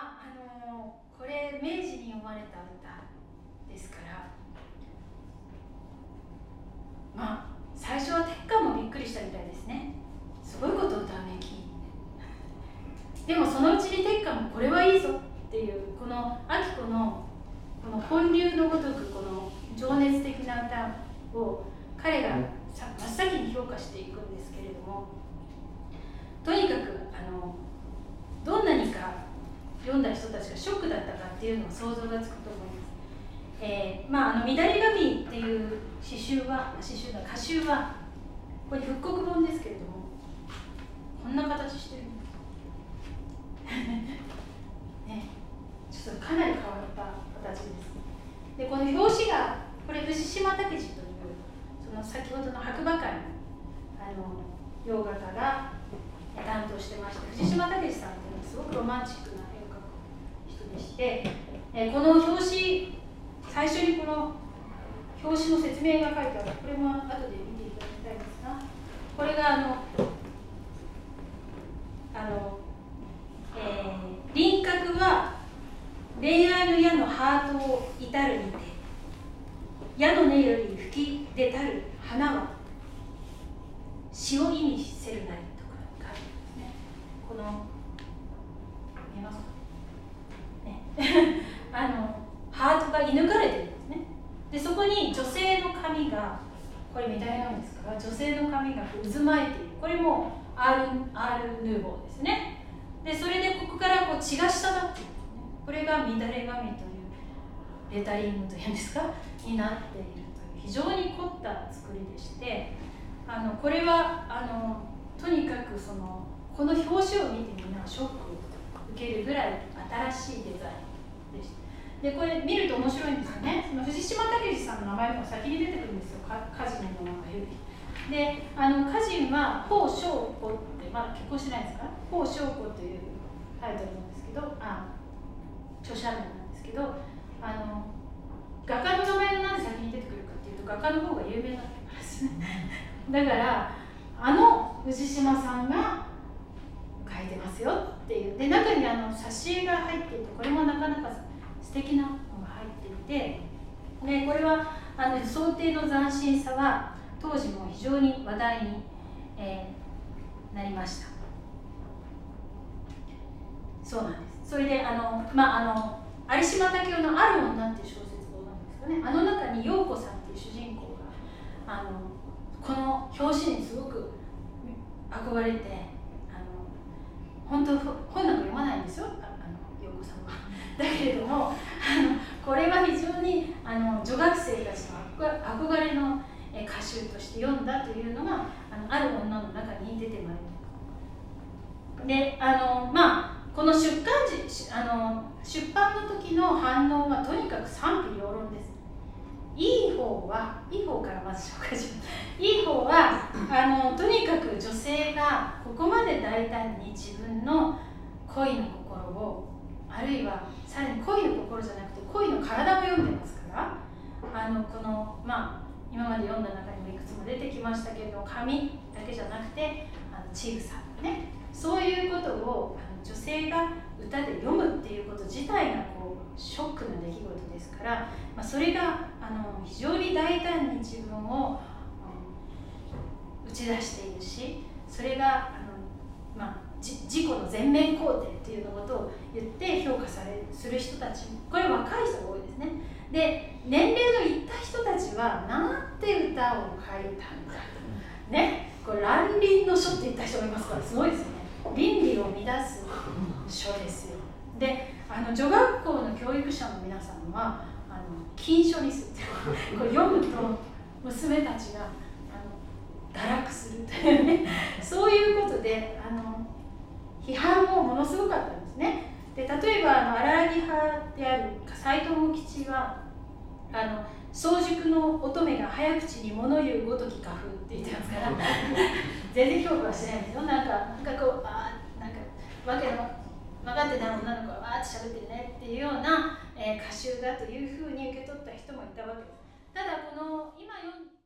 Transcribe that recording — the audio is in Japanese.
これ明治に読まれた歌ですから、最初は鉄管もびっくりしたみたいですね。すごいことを歌うね、君。でもそのうちに鉄管もこれはいいぞっていう、この秋子のこの本流のごとくこの情熱的な歌を彼が真っ先に評価していくんですけれども、とにかくどんなにか読んだ人たちがショックだったかっていうのを想像がつくと思います。乱れ髪っていう歌集はこれ復刻本ですけれども、こんな形してるんですね。ちょっとかなり変わった形です。で、この表紙がこれ藤島武二というその先ほどの白馬会の洋画家が担当してまして、藤島武二さんっていうのはすごくロマンチックな絵を描く人でして、この表紙、最初にこの表紙の説明が書いてある、これも後で見ていただきたいんですが、これが輪郭は恋愛の矢のハートを至るにて、矢の音より吹き出たる花は詩を意味せるなりとか書いてますね。この見えますかねハートが射抜かれてるんですね。でそこに女性の髪が、これ乱れなんですから、女性の髪が渦巻いている、これもアール・ヌーボーですね。でそれでここからこう血が滴っている、これが乱れ髪というレタリングというんですかになっているという非常に凝った作りでして、これはとにかくこの表紙を見てみんなショックを受けるぐらい新しいデザインでした。でこれ見ると面白いんですよね。その藤島武二さんの名前が先に出てくるんですよ、歌人の名前より。で歌人は宝生子って、結婚してないですから宝生子というタイトルなんですけど、著者名なんですけど、画家の名前がなんで先に出てくるかっていうと、画家の方が有名だったんですね。だから藤島さんが書いてますよっていう。で中に挿絵が入っていて、これもなかなか素敵なのが入っていて、でこれは想定の斬新さは当時も非常に話題に、なりました。そうなんです。それで有島武雄の「ある女」っていう小説本なんですかね。中に陽子さんっていう主人公がこの表紙にすごく憧れて、本当本なんか読まないんですよ、陽子さんは。だけれどもこれは非常に女学生たちの憧れの歌集として読んだというのがある女の中に出てまいります。でこの出版の時の反応はとにかく賛否両論です。いい方からまず紹介します。いい方はとにかく女性がここまで大胆に自分の恋の心を、あるいはさらに恋の心じゃなくて恋の体も読んでますから、今まで読んだ中にもいくつも出てきましたけれども、髪だけじゃなくて乳草ね、そういうことを女性が歌で読むっていうこと自体がショックな出来事ですから、それが非常に大胆に自分を打ち出しているし、それが自己の全面肯定っていうことを言って評価する人たち、これ若い人が多いですね。で年齢のいった人たちはなんて歌を書いたんだとね、これ乱倫の書って言った人もいますから、すごいですよね。倫理を乱す書ですよ。で女学校の教育者の皆さんは禁書にすってこれ読むと娘たちが堕落するというね、そういうことで批判もものすごかったんですね。で例えば荒木派である斎藤茂吉は早熟の乙女が早口に物言うごとき花風って言ってますから全然評価はしてないんですよ。なんかわけの分かってない女の子がわーって喋ってるねっていうような、歌集だというふうに受け取った人もいたわけです。ただこの今読ん